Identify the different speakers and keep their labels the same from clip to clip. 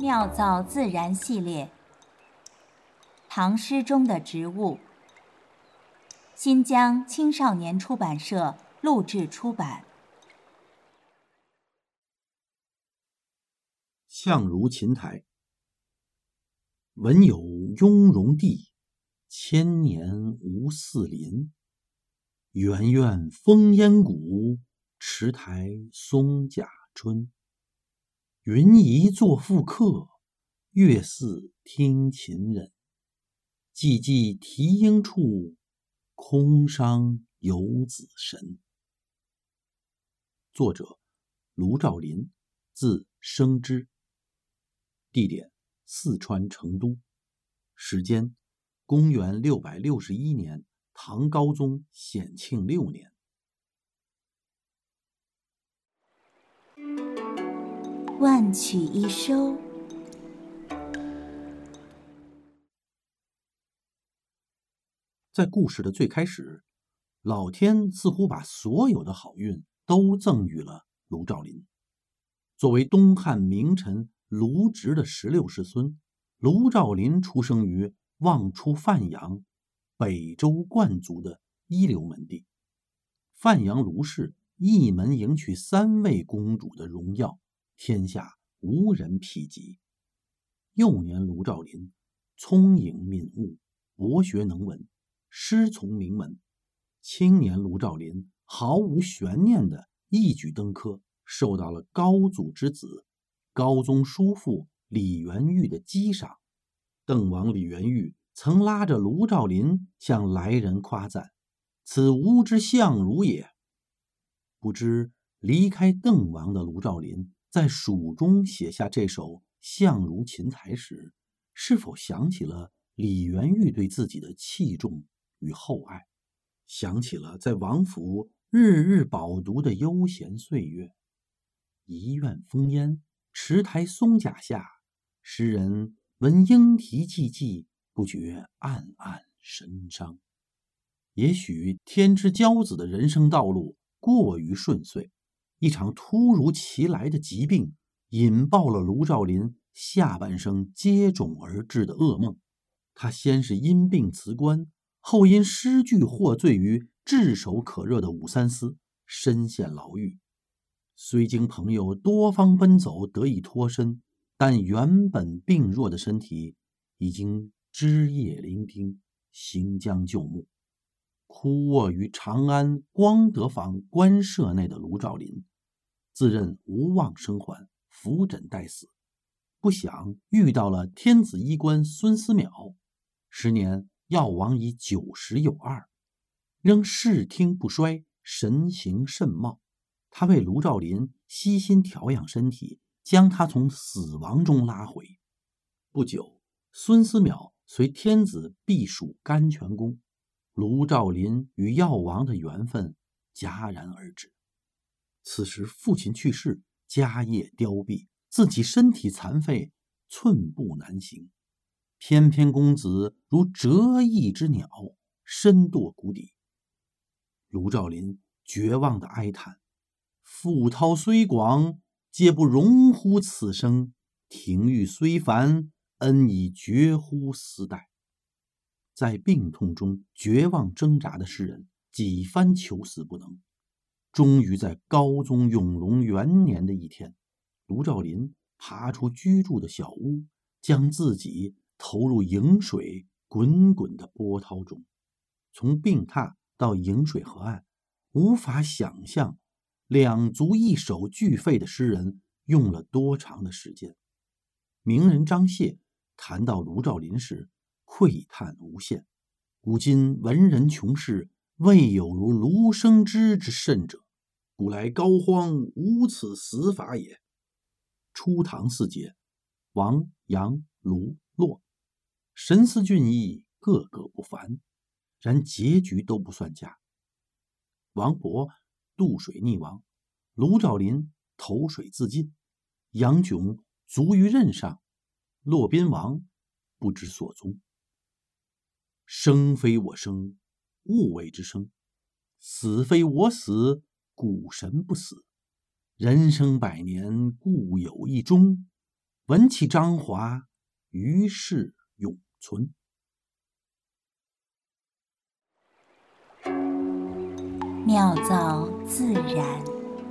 Speaker 1: 妙造自然系列，唐诗中的植物，新疆青少年出版社录制出版。
Speaker 2: 相如琴台。闻有雍容地，千年无似邻。园苑风烟谷，池台松甲春。云移作赋客，月似听琴人。寂寂啼莺处，空伤游子神。作者卢照邻，字生之。地点四川成都。时间公元661年，唐高宗显庆6年。
Speaker 1: 万曲一收。
Speaker 2: 在故事的最开始，老天似乎把所有的好运都赠予了卢照邻。作为东汉名臣卢植的16世孙，卢照邻出生于望出范阳北周冠族的一流门第。范阳卢氏一门迎娶3位公主的荣耀，天下无人匹及。幼年卢照邻聪颖敏悟，博学能文，师从名门。青年卢照邻毫无悬念地一举登科，受到了高祖之子高宗叔父李元玉的激赏。邓王李元玉曾拉着卢照邻向来人夸赞：“此吾之相如也。”不知离开邓王的卢照邻在蜀中写下这首相如琴台时，是否想起了李元玉对自己的器重与厚爱，想起了在王府日日饱读的悠闲岁月？一院风烟，池台松甲下，诗人闻莺啼寂寂，不觉暗暗神伤。也许天之骄子的人生道路过于顺遂，一场突如其来的疾病引爆了卢照邻下半生接踵而至的噩梦。他先是因病辞官，后因诗句获罪于炙手可热的武三思，身陷牢狱。虽经朋友多方奔走得以脱身，但原本病弱的身体已经枝叶伶仃，行将就木。枯卧于长安光德坊官舍内的卢照邻，自认无望生还，扶枕待死。不想遇到了天子医官孙思邈，时年药王已90有2，仍视听不衰，神形甚茂。他为卢照邻悉心调养身体，将他从死亡中拉回。不久，孙思邈随天子避暑甘泉宫，卢照邻与药王的缘分戛然而止。此时父亲去世，家业凋敝，自己身体残废，寸步难行。翩翩公子如折翼之鸟，身堕谷底。卢照邻绝望地哀叹：“富韬虽广，皆不容乎此生；庭玉虽繁，恩已绝乎斯代。”在病痛中绝望挣扎的诗人几番求死不能，终于在高宗永隆元年的一天，卢照邻爬出居住的小屋，将自己投入营水滚滚的波涛中。从病榻到营水河岸，无法想象2足1手俱废的诗人用了多长的时间。名人张燮谈到卢照邻时喟叹无限：“古今文人穷士，未有如卢生之甚者，古来膏肓无此死法也。”初唐4杰，王、杨、卢、骆，神思俊逸，个个不凡，然结局都不算佳。王勃渡水溺亡，卢照邻投水自尽，杨炯卒于任上，骆宾王不知所踪。生非我生，物谓之生；死非我死，古神不死。人生100年，固有一终。 闻其章华，于世永存。
Speaker 1: 妙造自然。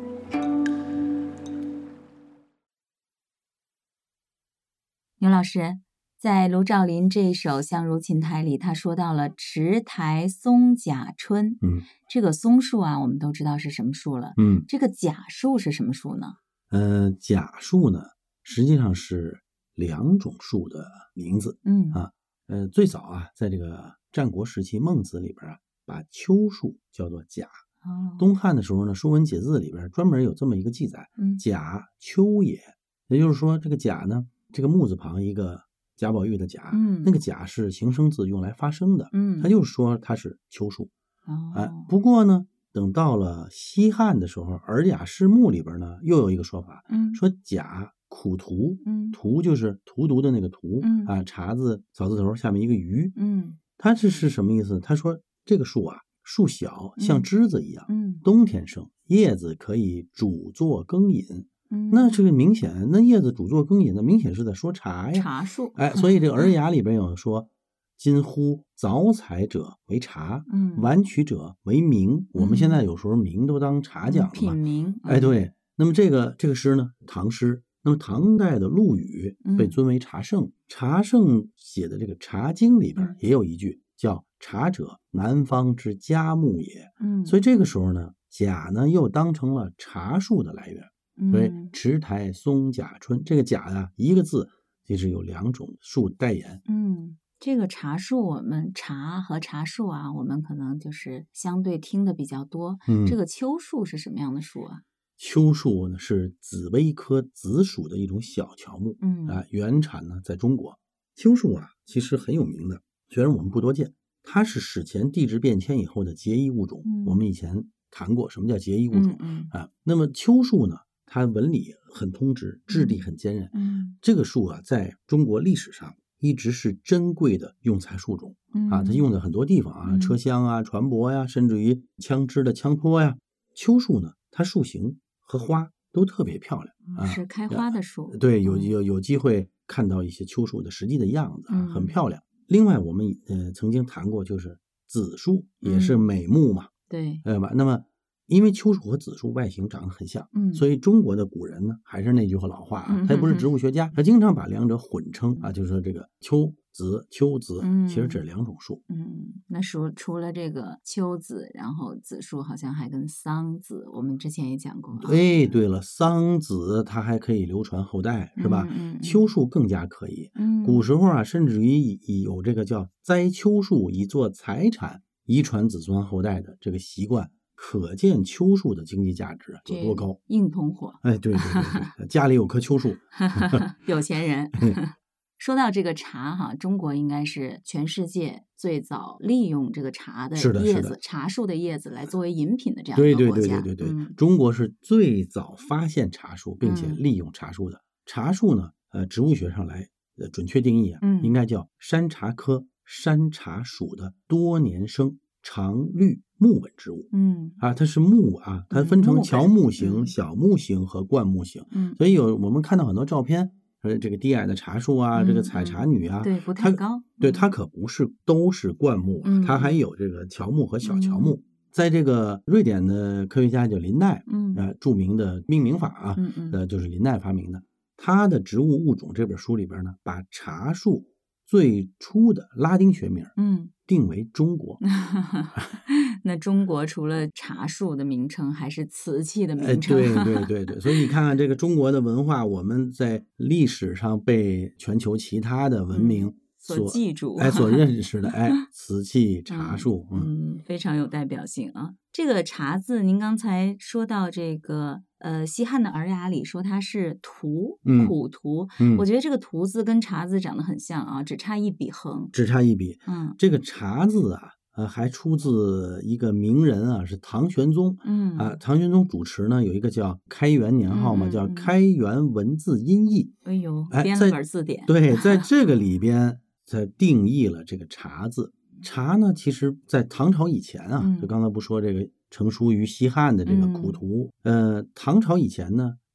Speaker 1: 牛老师，在卢照邻这一首《相如琴台》里，他说到了池台松甲春。这个松树啊，我们都知道是什么树了。这个甲树是什么树呢？
Speaker 2: 甲树呢，实际上是2种树的名字。最早啊，在这个战国时期，孟子里边啊，把秋树叫做甲。东汉的时候呢，《说文解字》里边专门有这么一个记载：甲秋也。也就是说，这个甲呢，这个木字旁一个贾宝玉的甲，那个甲是形声字，用来发声的。他就是说它是秋树。不过呢，等到了西汉的时候，《尔雅释目》里边呢，又有一个说法，说甲苦荼，荼就是荼毒的那个荼，茶字草字头下面一个鱼。它是什么意思？他说这个树啊，树小像栀子一样，冬天生，叶子可以煮作羹饮。那这个明显，那叶子煮作羹饮，那明显是在说茶呀，
Speaker 1: 茶树。
Speaker 2: 所以这个《尔雅》里边有说，今乎早采者为茶，晚取者为茗。我们现在有时候茗都当茶讲了嘛，
Speaker 1: 品茗。
Speaker 2: 对。那么这个诗呢，唐诗。那么唐代的陆羽被尊为茶圣，茶圣写的这个《茶经》里边也有一句叫“茶者，南方之嘉木也”。所以这个时候呢，甲呢又当成了茶树的来源。所以池台松甲春，这个甲啊，一个字其实有2种树代言。
Speaker 1: 这个茶树，我们茶和茶树啊，我们可能就是相对听的比较多。这个秋树是什么样的树啊？
Speaker 2: 秋树呢是紫薇科紫属的一种小乔木。原产呢在中国。秋树啊其实很有名的，虽然我们不多见，它是史前地质变迁以后的结衣物种。我们以前谈过什么叫结衣物种。那么秋树呢，它纹理很通直，质地很坚韧。这个树啊，在中国历史上一直是珍贵的用材树种。它用在很多地方啊，车厢啊、船舶呀，甚至于枪支的枪托呀。秋树呢，它树形和花都特别漂亮。
Speaker 1: 是开花的树。
Speaker 2: 对，有机会看到一些秋树的实际的样子，很漂亮。另外我们曾经谈过，就是紫树也是美木嘛。
Speaker 1: 对，
Speaker 2: 那么因为秋树和紫树外形长得很像，所以中国的古人呢，还是那句老话啊，他也不是植物学家，他经常把2者混称啊，就是说这个秋紫，其实这2种树。
Speaker 1: 那除了这个秋紫，然后紫树好像还跟桑紫，我们之前也讲过。
Speaker 2: 对了，桑紫它还可以流传后代，是吧？秋树更加可以。古时候啊，甚至于有这个叫栽秋树以作财产，遗传子孙后代的这个习惯。可见秋树的经济价值有多高，
Speaker 1: 硬通货。
Speaker 2: 对，家里有棵秋树，
Speaker 1: 有钱人。说到这个茶哈，中国应该是全世界最早利用这个茶的叶子，茶树的叶子来作为饮品的这样一个国家。
Speaker 2: 对，中国是最早发现茶树并且利用茶树的。茶树呢，植物学上来准确定义啊，应该叫山茶科山茶属的多年生常绿木本植物。它是木啊，它分成乔木型、小木型和灌木型。所以我们看到很多照片，这个低矮的茶树啊，这个采茶女啊，
Speaker 1: 对，不太高。
Speaker 2: 对，它可不是都是灌木，它还有这个乔木和小乔木。在这个瑞典的科学家叫林奈，著名的命名法啊，就是林奈发明的。他的《植物物种》这本书里边呢，把茶树最初的拉丁学名定为中国。
Speaker 1: 那中国除了茶树的名称，还是瓷器的名称。
Speaker 2: 对，所以你看看这个中国的文化，我们在历史上被全球其他的文明
Speaker 1: 所记住，
Speaker 2: 所认识的，瓷器、茶树，
Speaker 1: 非常有代表性啊。这个茶字，您刚才说到这个，西汉的《尔雅》里说它是荼，苦荼。我觉得这个荼字跟茶字长得很像啊，只差一笔横。
Speaker 2: 只差一笔。这个茶字啊。还出自一个名人啊，是唐玄宗。唐玄宗主持呢，有一个叫开元年号嘛，叫开元文字音译。
Speaker 1: 哎呦，编了本字典。
Speaker 2: 对，在这个里边才定义了这个茶字。茶呢，其实在唐朝以前啊，就刚才不说这个成书于西汉的这个苦荼。唐朝以前呢，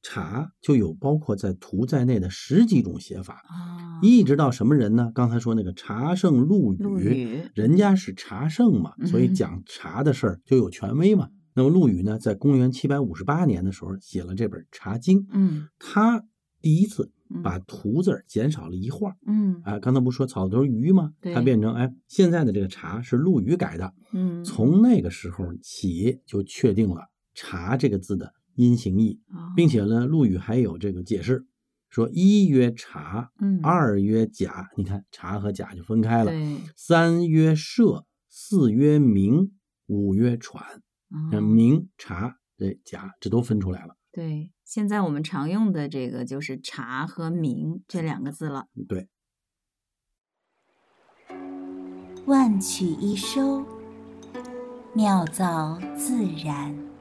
Speaker 2: 茶就有包括在图在内的10几种写法
Speaker 1: 一
Speaker 2: 直到什么人呢？刚才说那个茶圣陆羽，人家是茶圣嘛，所以讲茶的事儿就有权威嘛。那么陆羽呢，在公元758年的时候写了这本《茶经》，他第一次把图字减少了一画，刚才不说草头鱼吗？它变成现在的这个茶是陆羽改的，从那个时候起就确定了茶这个字的音形义，并且呢，陆羽还有这个解释，说一曰茶，二曰甲，你看茶和甲就分开了，三曰摄，四曰明，五曰传，明茶这甲这都分出来了。
Speaker 1: 对，现在我们常用的这个就是茶和明这2个字了。
Speaker 2: 对，
Speaker 3: 万曲一收，妙造自然。